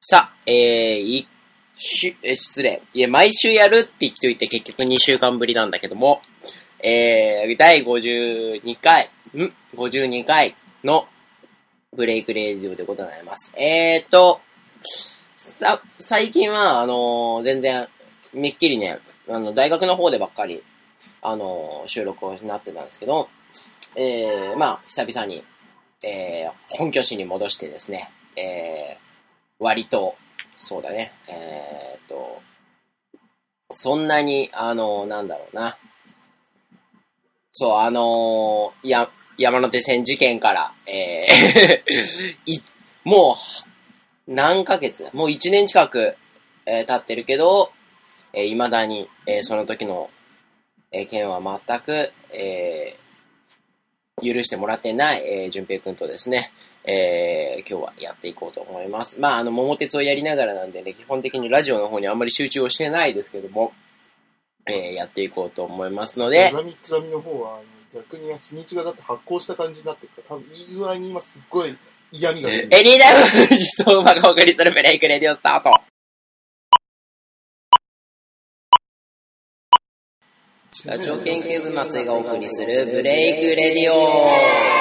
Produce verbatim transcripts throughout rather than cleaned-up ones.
さあ、えー、一週、え、失礼。いや、毎週やるって言っといて結局にしゅうかんぶりなんだけども、えー、だいごじゅうにかい、ん ?ごじゅうに 回のブレイクレディオでございます。えーと、さ、最近は、あのー、全然、めっきりね、あの、大学の方でばっかり、あのー、収録になってたんですけど、えー、まあ、久々に、えー、本拠地に戻してですね、えー、割と、そうだね、えーと、そんなに、あのー、なんだろうな、そう、あのー、や、山手線事件から、えーい、もう、何ヶ月もういちねん近く、えー、経ってるけど、えー、未だに、えー、その時の、えー、件は全く、えー、許してもらってない、えー、淳平くんとですね、えー、今日はやっていこうと思います。まあ、あの、桃鉄をやりながらなんでね、基本的にラジオの方にあんまり集中をしてないですけども、えー、やっていこうと思いますので。 つらみつらみの方は、逆に日にちがだって発行した感じになってるから、多分いい具合に今すっごい嫌味が出る。 エニーダム理想馬がお送りするブレイクレディオスタート。ラジオ研究部松井がお送りするブレイクレディオ。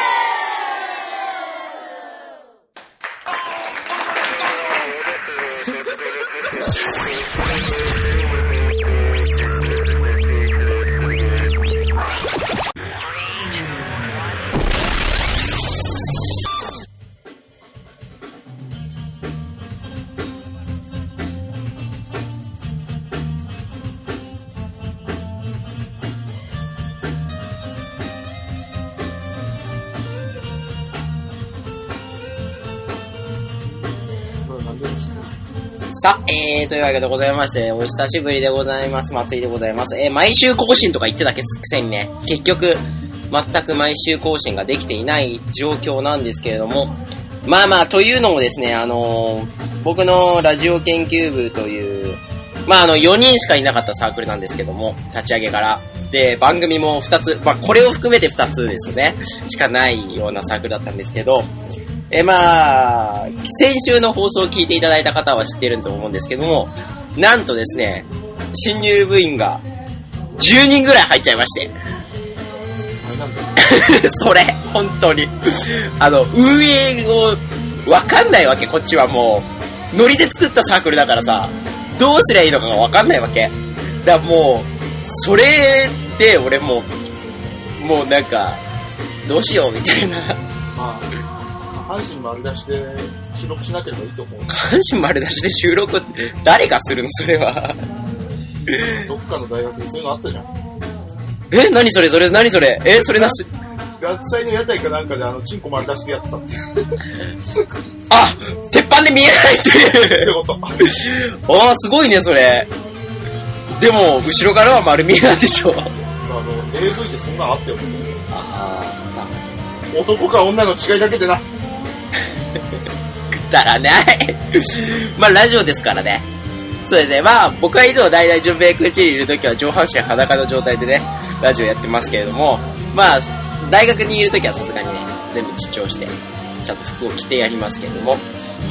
さあ、えー、というわけでございまして、お久しぶりでございます。松井でございます。えー、毎週更新とか言ってたくせにね、結局、全く毎週更新ができていない状況なんですけれども、まあまあ、というのもですね、あのー、僕のラジオ研究部という、まああの、よにんしかいなかったサークルなんですけども、立ち上げから。で、番組もふたつ、まあこれを含めてふたつですね、しかないようなサークルだったんですけど、え、まあ、先週の放送を聞いていただいた方は知ってると思うんですけども、なんとですね、新入部員がじゅうにんぐらい入っちゃいまして。それ、本当に。あの、運営をわかんないわけ、こっちはもう。ノリで作ったサークルだからさ、どうすりゃいいのかがわかんないわけ。だからもう、それで俺もう、もうなんか、どうしようみたいな。 まあ下半身丸出しで収録しなければいいと思う。 下半身丸出しで収録って誰がするのそれは。 どっかの大学にそういうのあったじゃん。 え、何それそれ何それえ、それなし。 学祭の屋台かなんかであのチンコ丸出しでやってたって。 あ、鉄板で見えないっていう。 そういうこと。 ああ、すごいねそれ。でも後ろからは丸見えなんでしょ。あのエーブイ でそんなのあったよね。 ああ。 男か女の違いだけでな。くだらない。まあラジオですからね。そうですね。まあ僕はいつも大体順平くん家にいるときは上半身裸の状態でね、ラジオやってますけれども、まあ大学にいるときはさすがにね、全部自重して、ちゃんと服を着てやりますけれども。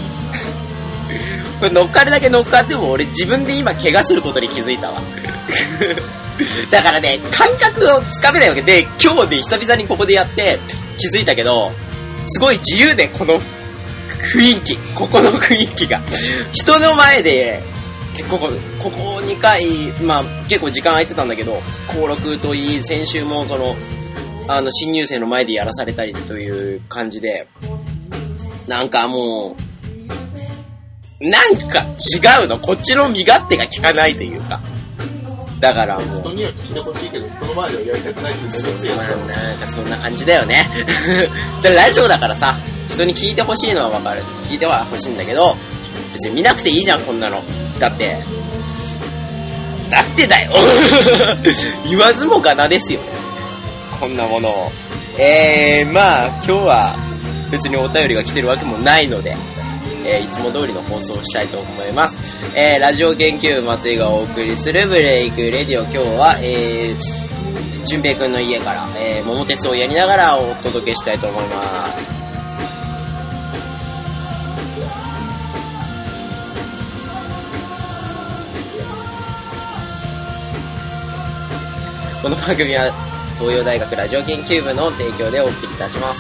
これ乗っかるだけ乗っかっても俺自分で今怪我することに気づいたわ。だからね、感覚をつかめないわけで、今日ね、久々にここでやって気づいたけど、すごい自由で、この雰囲気、ここの雰囲気が。人の前で、ここ、ここにかい、まあ結構時間空いてたんだけど、登録といい、先週もその、あの、新入生の前でやらされたりという感じで、なんかもう、なんか違うの、こっちの身勝手が効かないというか。だからもう人には聞いてほしいけど人の前ではやりたくないっていうそう、まあ、なんかそんな感じだよね。ラジオだからさ、人に聞いてほしいのはわかる。聞いてはほしいんだけど、別に見なくていいじゃんこんなの。だってだってだよ。言わずもがなですよ。こんなものを。えー、まあ今日は別にお便りが来てるわけもないので。えー、いつも通りの放送をしたいと思います。えー、ラジオ研究部松井がお送りするブレイクレディオ、今日は、えー、淳平くんの家から、えー、桃鉄をやりながらお届けしたいと思います。 この番組は東洋大学ラジオ研究部の提供でお送りいたします。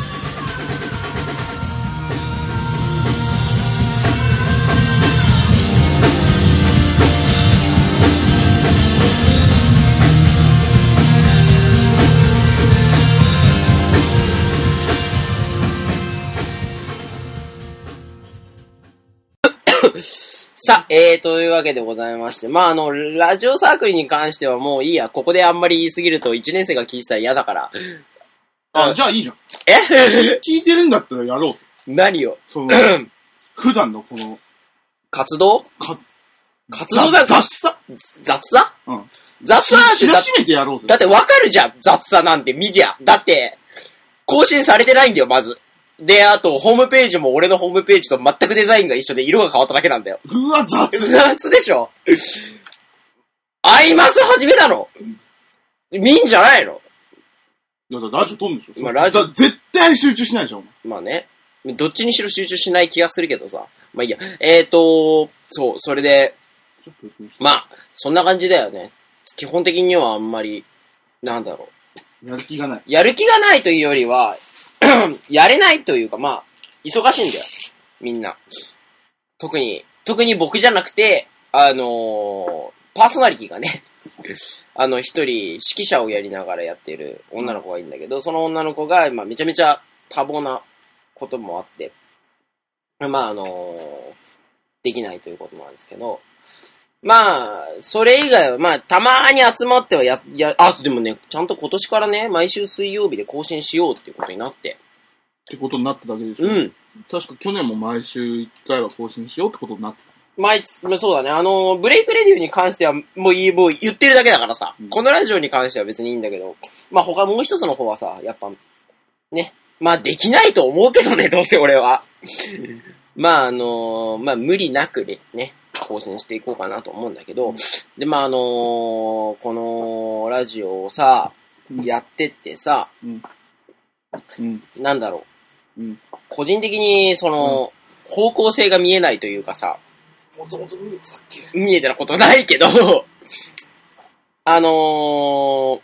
さあ、えー、というわけでございまして、まあ、あの、ラジオサークルに関してはもういいや、ここであんまり言いすぎるといちねん生が聞いてたら嫌だから。 あ、じゃあいいじゃん。 え聞いてるんだったらやろう。 何をその、普段のこの、 活動か、 活動だ雑さ雑さうん。 雑さなんて知らしめてやろうぜ。 だってわかるじゃん、雑さなんて見りゃ。だって、更新されてないんだよ、まず。で、あと、ホームページも俺のホームページと全くデザインが一緒で色が変わっただけなんだよ。 うわ、雑。 雑でしょアイマス始めたの見んじゃないのいや、だラジオ撮んでしょ。 まあ、ラジオ。 絶対集中しないじゃん、お前。 まあね。どっちにしろ集中しない気がするけどさ。まあいいや。えーと、そう、それで、まあ、そんな感じだよね。基本的にはあんまり、なんだろう。やる気がない。 やる気がないというよりは、やれないというか、まあ、忙しいんだよ。みんな。特に、特に僕じゃなくて、あのー、パーソナリティがね、あの、一人、指揮者をやりながらやってる女の子がいるんだけど、その女の子が、まあ、めちゃめちゃ多忙なこともあって、まあ、あのー、できないということもあるんですけど、まあ、それ以外は、まあ、たまーに集まってはや、や、あ、でもね、ちゃんと今年からね、毎週水曜日で更新しようっていうことになって。 ってことになっただけでしょ。うん。確か去年も毎週いっかいは更新しようってことになってた。 毎月、そうだね、あの、ブレイクレディオに関しては、もういい、もう言ってるだけだからさ、うん、このラジオに関しては別にいいんだけど、まあ他もう一つの方はさ、やっぱ、ね、まあできないと思うけどね、どうせ俺は。まああの、まあ無理なくね、更新していこうかなと思うんだけど、で、まあ、あのー、このラジオをさ、うん、やってってさ、うんうん、なんだろう、うん、個人的に、その、うん、方向性が見えないというかさ、 もともと見えてたっけ？ 見えてたことないけど、あのー、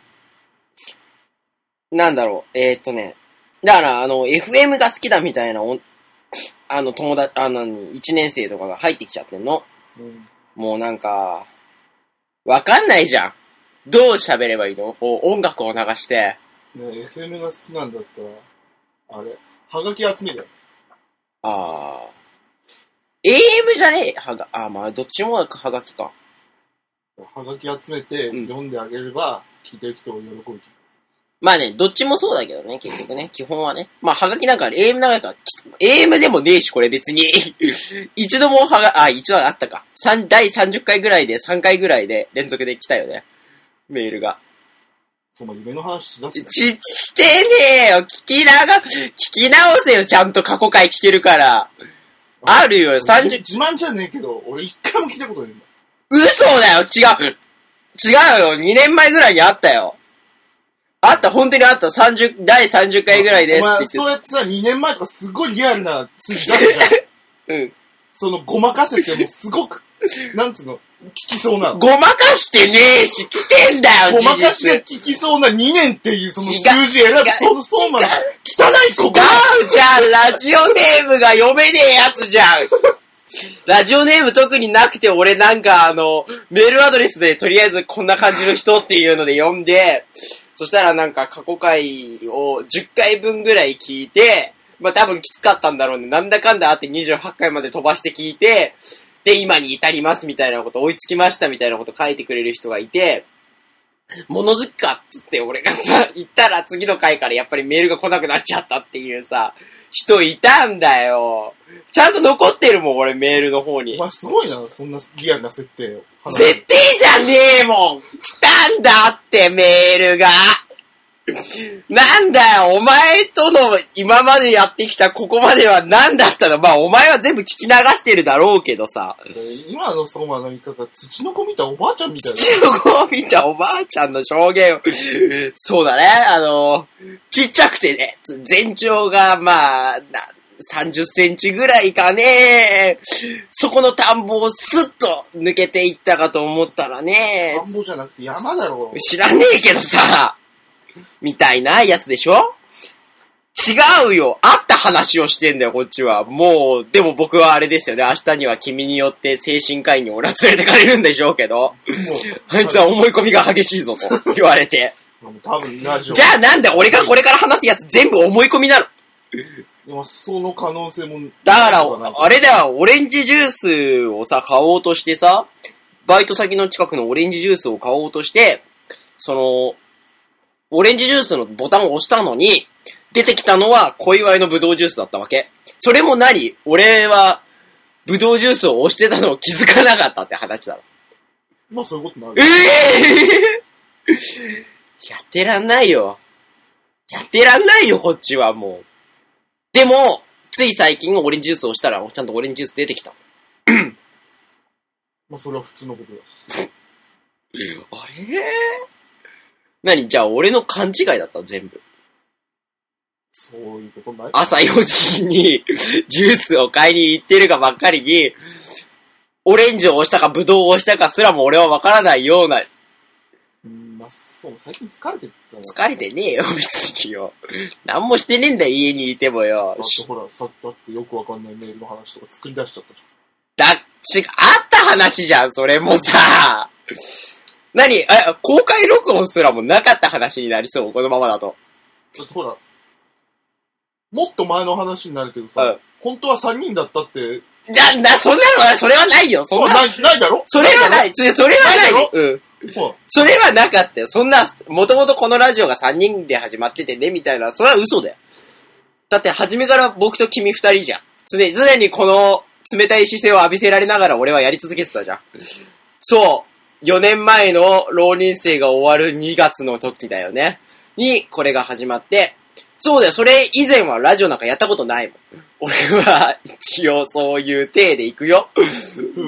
なんだろう、えー、っとね、だから、あの、エフエム が好きだみたいな、あの、友達、あの、いちねん生とかが入ってきちゃってんの。うん、もうなんか、わかんないじゃん。どう喋ればいいの？こう音楽を流して。 ねえ、エフエム が好きなんだったら、あれ、はがき集めだよ。 ああ。エーエム じゃねえはが、あ、まあ、どっちもはがきか。 はがき集めて、読んであげれば、うん、聞いてる人を喜ぶじゃん。 まあね、どっちもそうだけどね、結局ね。基本はね。まあ、はがきなんか エーエム 長いから、エーエム でもねえし、これ別に。一度もはが、あ、一度あったか。三、第さんじゅっかいぐらいで、さんかいぐらいで連続で来たよね。メールが。 その夢の話しだす、ね、 し、してねえよ。聞きなが、聞き直せよ。ちゃんと過去回聞けるから。あ, あるよ、さんじゅう。 自慢じゃねえけど、俺一回も聞いたことないんだ。 嘘だよ、違う。違うよ、にねんまえぐらいにあったよ。あった、本当にあった。さんじゅう、第さんじゅっかいぐらいですって言って。 そうやってさ、にねんまえとかすごいリアルな数字だったじゃん。うん。その、ごまかせてもすごく、なんつうの、聞きそうな。 ごまかしてねえし、来てんだよ、 ごまかしが聞きそうなにねんっていうその数字選ぶ、その、そうまで、汚いここ。 違うじゃん、ラジオネームが読めねえやつじゃん。ラジオネーム特になくて、俺なんかあの、メールアドレスでとりあえずこんな感じの人っていうので読んで、そしたらなんか過去回をじゅっかいぶんぐらい聞いて、まあ多分きつかったんだろうね。なんだかんだあってにじゅうはちかいまで飛ばして聞いて、で今に至りますみたいなこと、追いつきましたみたいなこと書いてくれる人がいて、物好きかっつって俺がさ、言ったら次の回からやっぱりメールが来なくなっちゃったっていうさ、人いたんだよ。ちゃんと残ってるもん、俺メールの方に。 お前すごいな、そんなリアルな設定を。 設定じゃねえもん。来たんだってメールが。なんだよ、お前との今までやってきたここまでは何だったの？まあお前は全部聞き流してるだろうけどさ。 今の相馬の言い方、土の子見たおばあちゃんみたいな。 土の子を見たおばあちゃんの証言を。そうだね、あの、ちっちゃくてね、全長がまあ、な、 さんじゅっセンチぐらいかね。そこの田んぼをスッと抜けていったかと思ったらね。 田んぼじゃなくて山だろ。 知らねえけどさ、みたいなやつでしょ？違うよ。あった話をしてんだよ、こっちは。もう、でも僕はあれですよね。明日には君によって精神科医に俺は連れてかれるんでしょうけど。あいつは思い込みが激しいぞと言われて。 多分ラジオ。 じゃあなんで俺がこれから話すやつ全部思い込みなの？ いや、その可能性も。 だから、あれだよ、オレンジジュースをさ、買おうとしてさ、バイト先の近くのオレンジジュースを買おうとして、その、オレンジジュースのボタンを押したのに、出てきたのは小祝いのブドウジュースだったわけ。それも何？俺は、ブドウジュースを押してたのを気づかなかったって話だろ。 まあそういうことになる。 えぇ、ー、やってらんないよ。やってらんないよ、こっちはもう。でも、つい最近オレンジジュースを押したら、ちゃんとオレンジジュース出てきた。 まあそれは普通のことだし。 あれ？何？じゃあ俺の勘違いだった全部。 そういうことない？ 朝よじにジュースを買いに行ってるがばっかりに、オレンジを押したかブドウを押したかすらも俺はわからないような。 うん、まあそう、最近疲れてるから。 疲れてねえよ、別によ。何もしてねえんだよ、家にいてもよ。 だってほら、さっきだってよくわかんないメールの話とか作り出しちゃったじゃん。 だっち、あった話じゃん、それもさ。何？あ、公開録音すらもなかった話になりそう、このままだと。 だってほら、もっと前の話になるけどさ、うん、本当はさんにんだったって。 じゃ、な、そんなのは、それはないよ、そんな。 ない、ないだろ？ それはない、それはないよ。うん。それはなかったよ。そんな、もともとこのラジオがさんにんで始まっててね、みたいな、それは嘘だよ。だって、初めから僕と君ふたりじゃん。常に、常にこの冷たい姿勢を浴びせられながら俺はやり続けてたじゃん。そう。よねんまえの浪人生が終わるにがつの時だよね。に、これが始まって、そうだよ、それ以前はラジオなんかやったことないもん。俺は、一応そういう体で行くよ。 うん、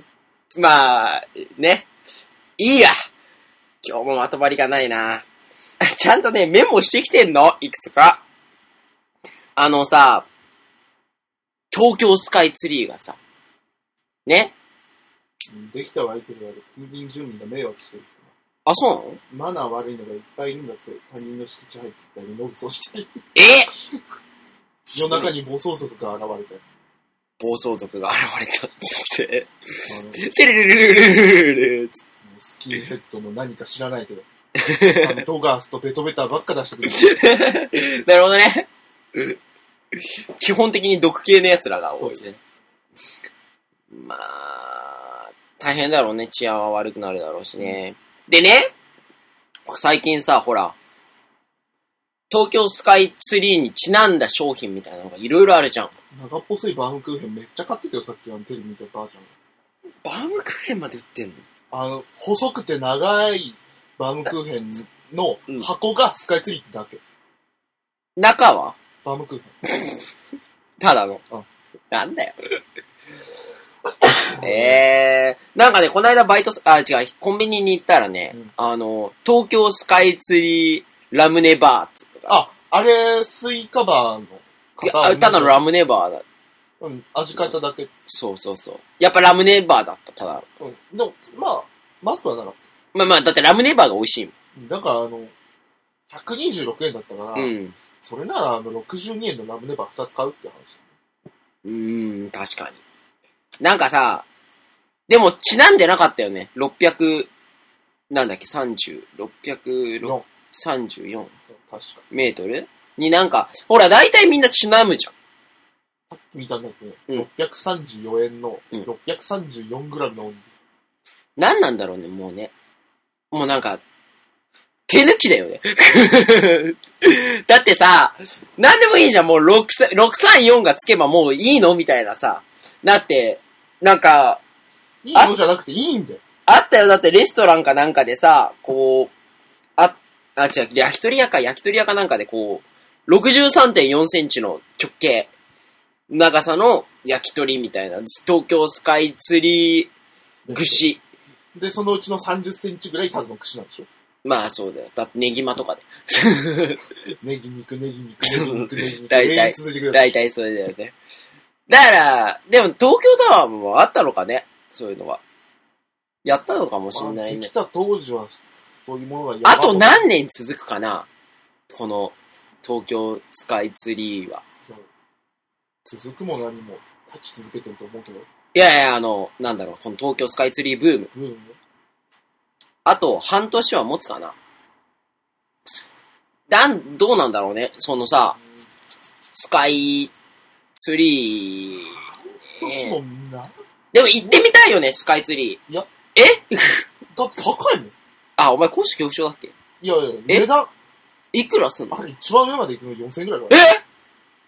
まあ、ね。いいや。今日もまとまりがないな。ちゃんとね、メモしてきてんの？いくつか。あのさ、東京スカイツリーがさ、ね。 できたはいいけど、近隣住民が迷惑してる。 あ、そうなの？ マナー悪いのがいっぱいいるんだって、他人の敷地入ってきたり、ノグソしてる。 え夜中に暴走族が現れて。 暴走族が現れたっつって。テレレレレレレレレスキンヘッドの何か知らないけど。あのトガースとベトベタばっか出してくる。なるほどね。基本的に毒系の奴らが多いね。まあ、大変だろうね。治安は悪くなるだろうしね。でね、最近さ、ほら、東京スカイツリーにちなんだ商品みたいなのがいろいろあるじゃん。 長っぽいバームクーヘンめっちゃ買ってたよ、さっきあのテレビ見たばあちゃんが。バームクーヘンまで売ってんの？ あの、細くて長いバームクーヘンの箱がスカイツリーってだけ。 中は？ バームクーヘン。 ただの。 うん、 なんだよ。えー、なんかね、この間バイト、あ、違う、コンビニに行ったらね、うん、あの、東京スカイツリーラムネバーっつうのが。 あ、あれ、スイカバーの。 いや、ただのラムネバーだ。 うん、味変えただけ。 そうそうそう。やっぱラムネバーだった、ただ。 うん。でも、まあ、まずくはなかった。 まあまあ、だってラムネバーが美味しいもん。だから、あの、ひゃくにじゅうろくえんだったから、 うん。 それなら、あの、ろくじゅうにえんのラムネバーふたつ買うって話。 うーん、確かに。なんかさ、でも、ちなんでなかったよね。ろっぴゃく、なんだっけ、さんじゅう、ろっぴゃくさんじゅうよん。 確かに。メートルになんか、ほら、大体みんなちなむじゃん。 さっき見たんだけど、うん、ろっぴゃくさんじゅうよえんの、ろっぴゃくさんじゅうよんグラムのおにぎり。 何なんだろうね、もうね。もうなんか、手抜きだよね。だってさ、なんでもいいじゃん、もうろくさんよんがつけばもういいのみたいなさ。だって、なんか、 いいのじゃなくていいんだよ。 あったよ、だってレストランかなんかでさ、こう、あ、あ、違う、焼き鳥屋か、焼き鳥屋かなんかでこう、ろくじゅうさんてんよんセンチの直径、長さの焼き鳥みたいな、東京スカイツリー串。 で、そのうちのさんじゅっセンチぐらいただの串なんでしょ？ まあそうだよ。だってネギマとかで。 ネギ肉、ネギ肉、ネギ肉、ネギ肉。 大体、大体それだよね。だから、でも東京タワーもあったのかね、そういうのは。やったのかもしんないね。 できた当時は、そういうものがやばあと何年続くかな、この東京スカイツリーは。 続くも何も立ち続けてると思うけど。 いやいや、あの、なんだろう、この東京スカイツリーブーム。 ブームあと、半年は持つかな。だん、どうなんだろうね。そのさ、スカイツリー、 年もな。 でも行ってみたいよね、スカイツリー。 いや。 えだって高いもん。 あ、お前高所恐怖症だっけ？ いやいや、値段。 いくらすんの？ あれ、一番上まで行くのよんせんえんぐらいだから。 ええ ?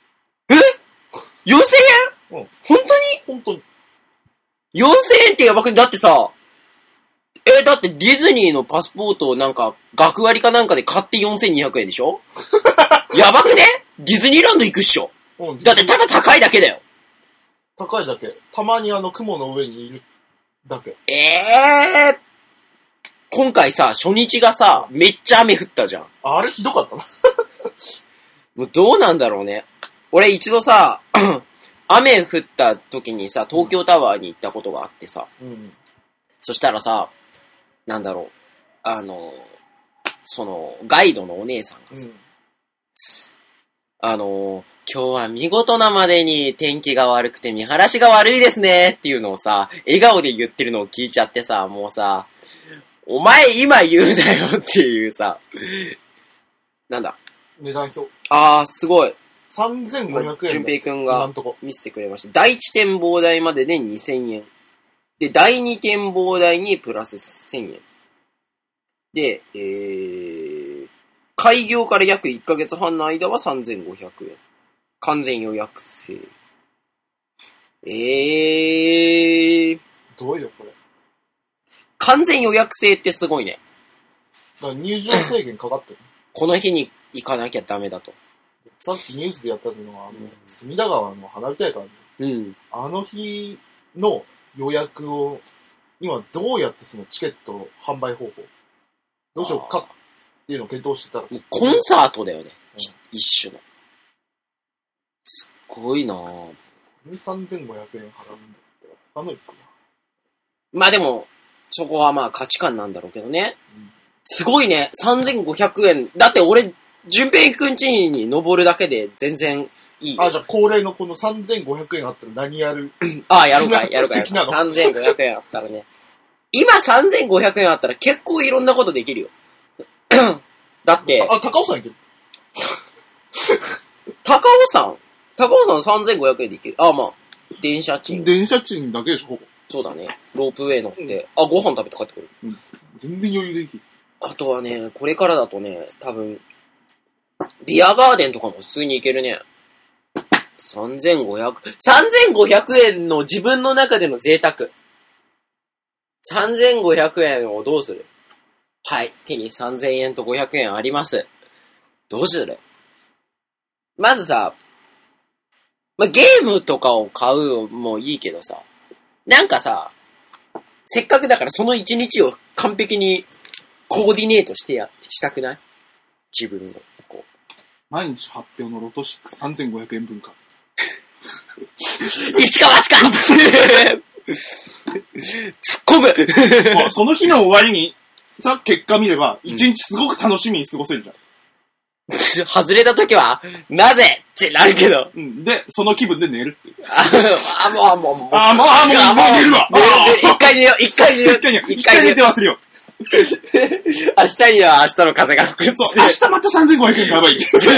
よんせんえん？うん。本当に？ 本当に。 よんせんえんってやばくね？だってさ、え、だってディズニーのパスポートをなんか、学割かなんかで買ってよんせんにひゃくえんでしょ？やばくね？ディズニーランド行くっしょ。うん、だってただ高いだけだよ。 高いだけ。たまにあの雲の上にいるだけ。 ええー。今回さ、初日がさ、めっちゃ雨降ったじゃん。 あれひどかったな。 もうどうなんだろうね。俺一度さ、雨降った時にさ、東京タワーに行ったことがあってさ、うん、そしたらさ、なんだろう、あの、その、ガイドのお姉さんがさ、うん、あの、今日は見事なまでに天気が悪くて見晴らしが悪いですねっていうのをさ、笑顔で言ってるのを聞いちゃってさ、もうさ、お前今言うなよっていうさ、なんだ。 値段表。 あー、すごい。 さんぜんごひゃくえん。 淳平くんが見せてくれました。第一展望台まででにせんえん。で、第二展望台にプラスせんえん。で、えー、開業から約いっかげつはんの間はさんぜんごひゃくえん。完全予約制。えー。 どうよ、これ。 完全予約制ってすごいね。 だから入場制限かかってる。 この日に行かなきゃダメだと。 さっきニュースでやったのは、あの、隅田川の花火大会、 うん。 あの日の予約を、今どうやってそのチケット販売方法、どうしようかっていうのを検討してたら。 コンサートだよね。うん、一種の。すごいなぁ。 さんぜんごひゃくえん払うんだったら、他の行くな。 まあでも、そこはまあ価値観なんだろうけどね。うん、すごいね。さんぜんごひゃくえん。だって俺、淳平くんちに登るだけで全然いいよ。 あ、じゃあ恒例のこのさんぜんごひゃくえんあったら何やる？ ああ、やろうか、やろうか。さんぜんごひゃくえんあったらね。今さんぜんごひゃくえんあったら結構いろんなことできるよ。だって。 あ、高尾さんいける。 高尾山高尾山さんぜんごひゃくえんで行ける。あ、まあ、電車賃。 電車賃だけでしょ、ほぼ。 そうだね。ロープウェイ乗って、うん、あ、ご飯食べて帰ってくる。 うん。全然余裕できる。 あとはね、これからだとね、多分、ビアガーデンとかも普通に行けるね。さんぜんごひゃく、さんぜんごひゃくえんの自分の中での贅沢。さんぜんごひゃくえんをどうする？はい。手にさんぜんえんとごひゃくえんあります。どうする？まずさ、まあ、ゲームとかを買うもいいけどさ、なんかさ、せっかくだからその一日を完璧にコーディネートしてや、したくない？自分の。こう毎日発表のロトシックさんぜんごひゃくえん分か。 一か八か突っ込むまあその日の終わりに、さ、結果見れば、一日すごく楽しみに過ごせるじゃん。 外れた時は、なぜってなるけど。 うん。で、その気分で寝るっていう。 あ、もう、あ、もう、もう。 あ、もう、あ、もう、もう寝るわ。 一回寝よう、一回寝よう。一回寝よう。 一回寝て忘れよう。 明日には明日の風が吹く。 そう、明日またさんぜんごひゃくえん買えばい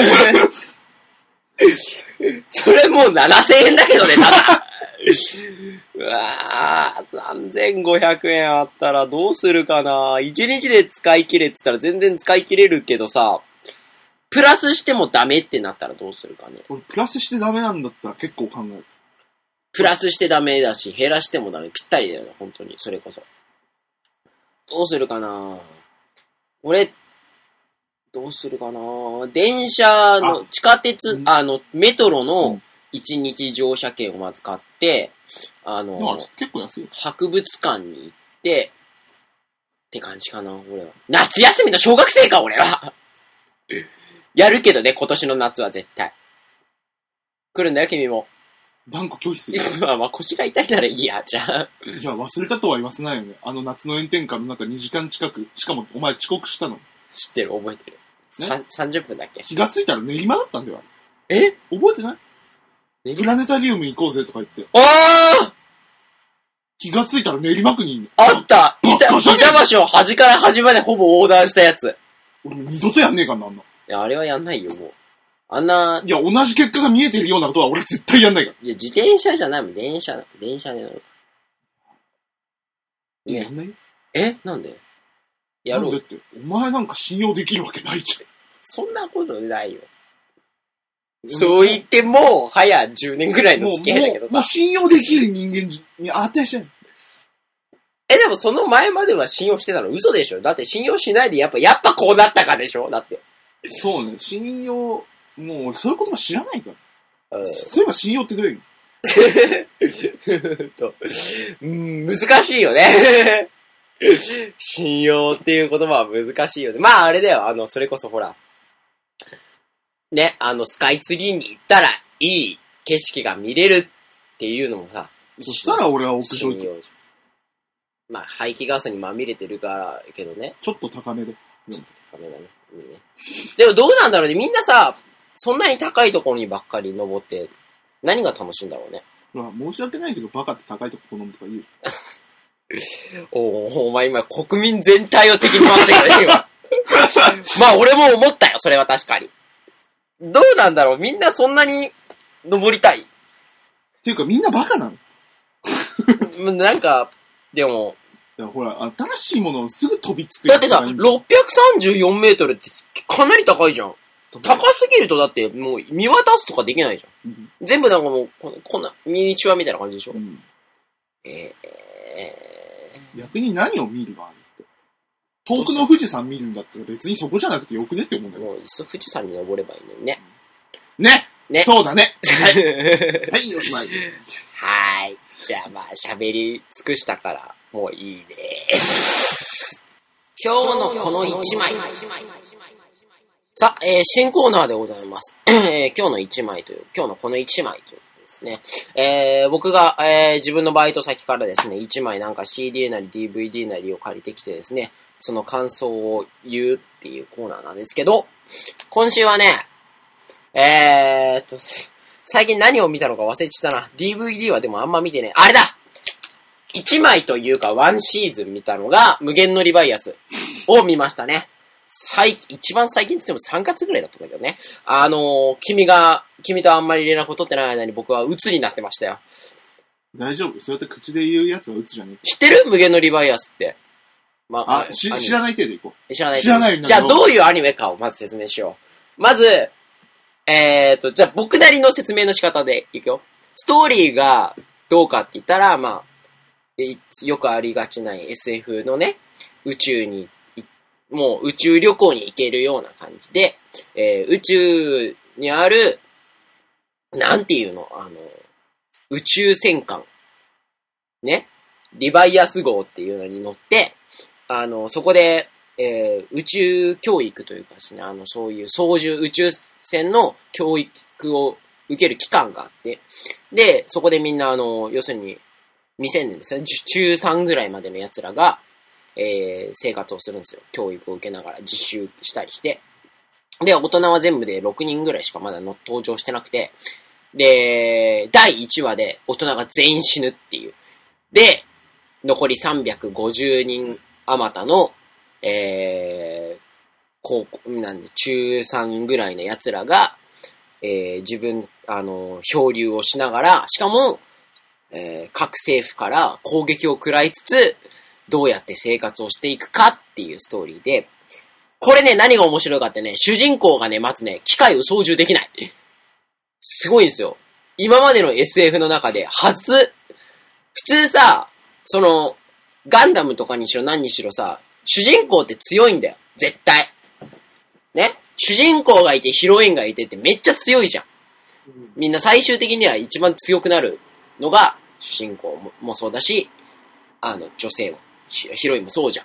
い。それもうななせんえんだけどね、ただ。うわぁ、さんぜんごひゃくえんあったらどうするかな。いちにちで使い切れって言ったら全然使い切れるけどさ、プラスしてもダメってなったらどうするかね。 俺、プラスしてダメなんだったら結構考える。 プラスしてダメだし、減らしてもダメ。ぴったりだよね、本当に。それこそ。どうするかな。俺、どうするかな。電車の、地下鉄、あ, あの、メトロのいちにち乗車券をまず買って、あの、 結構安い。 博物館に行って、 って感じかな、俺は。夏休みの小学生か、俺は。やるけどね、今年の夏は絶対。来るんだよ、君も。 断固拒否する。 まあまあ腰が痛いならいいや、じゃあ。 いや、忘れたとは言わせないよね。あの夏の炎天下の中にじかん近く、しかもお前遅刻したの。 知ってる、覚えてる。ささんじゅっぷんだっけ。 気がついたら練馬だったんだよ。 え覚えてないプラネタリウム行こうぜとか言って。 ああ気がついたら練馬区にいるあった板橋を端から端までほぼ横断したやつ。 俺二度とやんねえかな、あんな。いや、あれはやんないよ、もう。あんな、 いや、同じ結果が見えてるようなことは俺絶対やんないから。 いや、自転車じゃないもん、電車、電車で乗る。 ね、やんないよ。 えなんでやろう。 なんでって、お前なんか信用できるわけないじゃん。 そんなことないよ。そう言ってもう、早じゅうねんぐらいの付き合いだけどさ。 もう、もう信用できる人間に当てしない。 え、でもその前までは信用してたの嘘でしょ？だって信用しないでやっぱ、やっぱこうなったかでしょ？だって。 そうね、信用、もうそういうことも知らないから。 うん、 そういえば信用ってどういうのうん、難しいよね。信用っていう言葉は難しいよね。まああれだよ、あの、それこそほら。ね、あの、スカイツリーに行ったらいい景色が見れるっていうのもさ。 そしたら俺は屋上行く。まあ、排気ガスにまみれてるからけどね。 ちょっと高めで。 ちょっと高めだね。いいね。でもどうなんだろうね。みんなさ、そんなに高いところにばっかり登って、何が楽しいんだろうね。まあ、申し訳ないけど、バカって高いとこ好むとか言う。 おお、お前今国民全体を敵に回したけどね、今。まあ、俺も思ったよ。それは確かに。どうなんだろう。みんなそんなに登りたい。 っていうか、みんなバカなのなんか、でも、 いやほら、新しいものをすぐ飛びつく。 だってさ、ろっぴゃくさんじゅうよんメートルってかなり高いじゃん。高すぎるとだってもう見渡すとかできないじゃん。うん、全部なんかもうこ、こんなミニチュアみたいな感じでしょ。うん、えー、逆に何を見るのあるって。遠くの富士山見るんだったら別にそこじゃなくてよくねって思うんだよ。 もういっそ富士山に登ればいいのにね。 ねねそうだねはい、はい、おしまい。 はい。じゃあまあ喋り尽くしたからもういいです。今日のこの一枚。さあ、えー、新コーナーでございます。えー、今日の一枚という、今日のこの一枚というですね。えー、僕が、えー、自分のバイト先からですね、一枚なんか シーディー なり ディーブイディー なりを借りてきてですね、その感想を言うっていうコーナーなんですけど、今週はね、えーっと、最近何を見たのか忘れちゃったな。ディーブイディー はでもあんま見てね。あれだ一枚というかワンシーズン見たのが無限のリバイアスを見ましたね。最、一番最近って言ってもさんがつぐらいだったんだけどね。あのー、君が、君とあんまり連絡を取ってない間に僕は鬱になってましたよ。 大丈夫そうやって口で言うやつは鬱じゃねえ。 知ってる無限のリバイアスって。 まあ、あし知らない程度いこう。知らない程度。知らないんだじゃあどういうアニメかをまず説明しよう。まず、えーと、じゃあ僕なりの説明の仕方でいくよ。ストーリーがどうかって言ったら、まあ、よくありがちな エスエフ のね、宇宙に、もう宇宙旅行に行けるような感じで、えー、宇宙にある、なんていうの、あの、宇宙戦艦。ね。リバイアス号っていうのに乗って、あの、そこで、えー、宇宙教育というかですね、あの、そういう操縦宇宙船の教育を受ける機関があって、で、そこでみんな、あの、要するに、未成年ですね、中さんぐらいまでの奴らが、えー、生活をするんですよ。教育を受けながら実習したりして。で、大人は全部でろくにんぐらいしかまだの登場してなくて、で、だいいちわで大人が全員死ぬっていう。で、残りさんびゃくごじゅうにんあまたの、えー、高校、なんで、中さんぐらいの奴らが、えー、自分、あの、漂流をしながら、しかも、えー、各政府から攻撃を食らいつつ、どうやって生活をしていくかっていうストーリーで、これね、何が面白いかってね、主人公がね、まずね、機械を操縦できない。すごいんですよ。今までの エスエフ の中で初、普通さ、その、ガンダムとかにしろ何にしろさ、主人公って強いんだよ。絶対。ね。主人公がいてヒロインがいてってめっちゃ強いじゃん。みんな最終的には一番強くなるのが主人公も、もそうだし、あの、女性も、ヒロインもそうじゃん。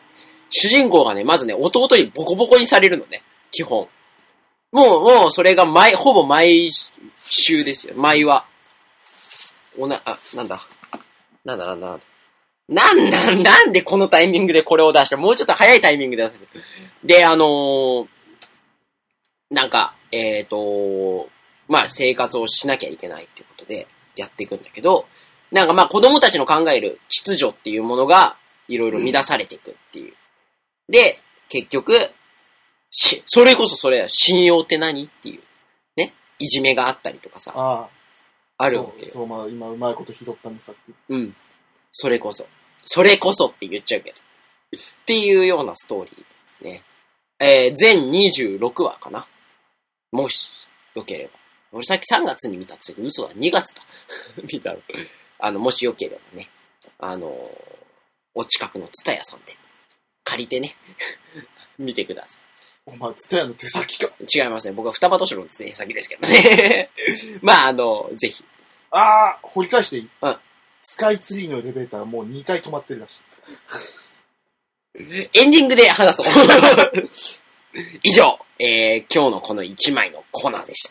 主人公がね、まずね、弟にボコボコにされるのね。基本。もう、もう、それが毎、ほぼ毎週ですよ。毎は。おな、あ、なんだ。なんだなんだなんだ。なんだ、なんでこのタイミングでこれを出した？もうちょっと早いタイミングで出せる。で、あのー、なんか、えっと、まあ、生活をしなきゃいけないっていうことでやっていくんだけど、なんかまあ、子供たちの考える秩序っていうものが、いろいろ乱されていくっていう。で、結局、し、それこそそれだ、信用って何っていう。ね。いじめがあったりとかさ。 ああ。 あるわけよ。 そう、そうまあ、今うまいこと拾ったんです。 うん。それこそ。それこそって言っちゃうけど。っていうようなストーリーですね。えー、全にじゅうろくわかな。もし、よければ。俺さっきさんがつに見たって言う嘘だ。にがつだ。見たの。あの、もしよければね。あのー、お近くのツタヤさんで借りてね。見てください。 お前、ツタヤの手先か。 違いますね。僕は双葉都市の手先ですけどね。まあ、あの、ぜひ。 あー、掘り返していい？ うん。 スカイツリーのエレベーターがもうにかい止まってるらしい。 エンディングで話そう。以上、えー、今日のこのいちまいのコーナーでした。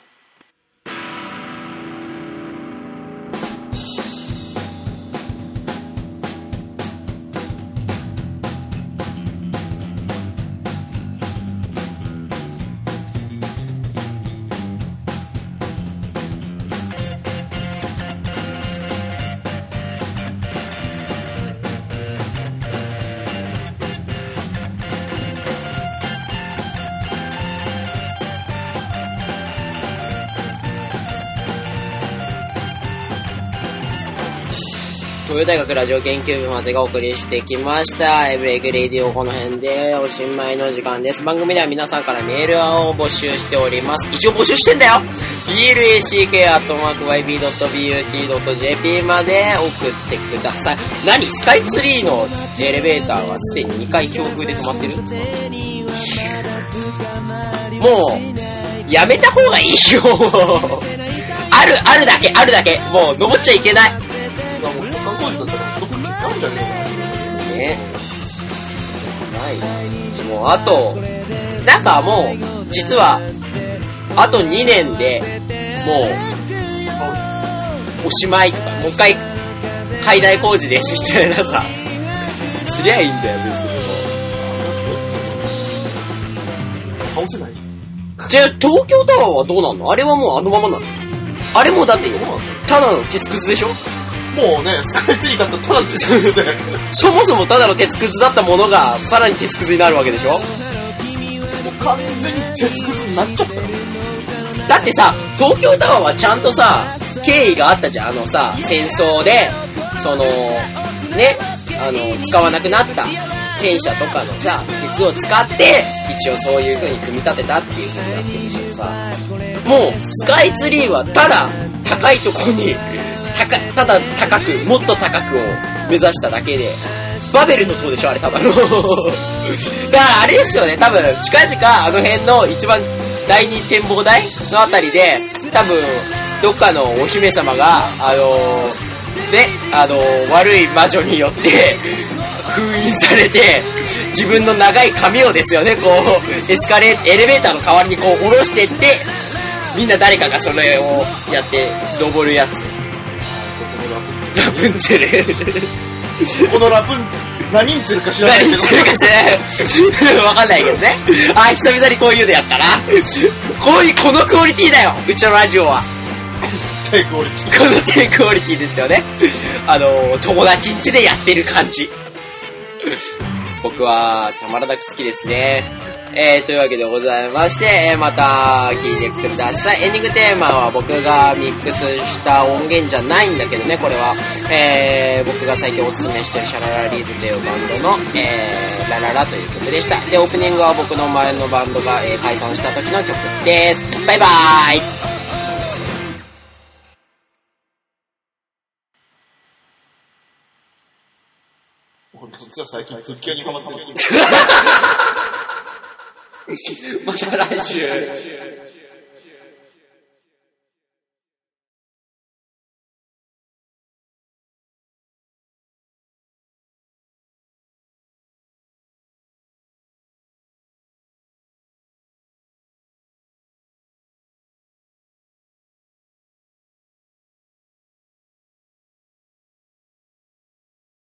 東洋大学ラジオ研究部までがお送りしてきました。ブレイクレディオこの辺でおしまいの時間です。番組では皆さんからメールを募集しております。一応募集してんだよ ビーエルエーシーケーアットマークワイビードットビーユーティードットジェーピー まで送ってください。何スカイツリーのエレベーターはすでににかい強風で止まってる？もう、やめた方がいいよ。ある、あるだけ、あるだけ。もう、登っちゃいけない。ね。ない。もうあと、なんかもう、実は、あとにねんで、もう、おしまいとか、もう一回、解体工事ですみたいなさ、すりゃいいんだよ、別に。 倒せない？ じゃあ、東京タワーはどうなんの？あれはもうあのままなの？あれもうだってよ、ただの鉄くずでしょ？ もうね、スカイツリーだったらただの鉄くずで。 そもそもただの鉄くずだったものが、さらに鉄くずになるわけでしょ？もう完全に鉄くずになっちゃったよ。 だってさ、東京タワーはちゃんとさ、経緯があったじゃん。あのさ、戦争で、その、ね、あの、使わなくなった戦車とかのさ、鉄を使って、一応そういう風に組み立てたっていう風になってるけどさ、もう、スカイツリーはただ、高いとこに、高ただ高く、もっと高くを目指しただけで、バベルの塔でしょあれただの。だからあれですよね、多分、近々あの辺の一番第二展望台のあたりで、多分、どっかのお姫様が、あのー、ね、あのー、悪い魔女によって、封印されて、自分の長い髪をですよね、こう、エスカレー、エレベーターの代わりにこう、下ろしてって、みんな誰かがそれをやって、登るやつ。ラプンツェル。 このラプン、何ンツェルか知らないけど。 何ンツェルか知らない。わかんないけどね。あ、久々にこういうのやったな。こういう、このクオリティだよ。うちのラジオは。 低クオリティ。 この低クオリティですよね。あの、友達ん家でやってる感じ。僕は、たまらなく好きですね。えー、というわけでございまして、えー、また聞いてください。エンディングテーマは僕がミックスした音源じゃないんだけどね、これは。えー、僕が最近おすすめしてるシャララリーズというバンドの、えー、ラララという曲でした。で、オープニングは僕の前のバンドが、えー、解散した時の曲です。バイバーイ。 実は最近復旧にハマってる。 また来週。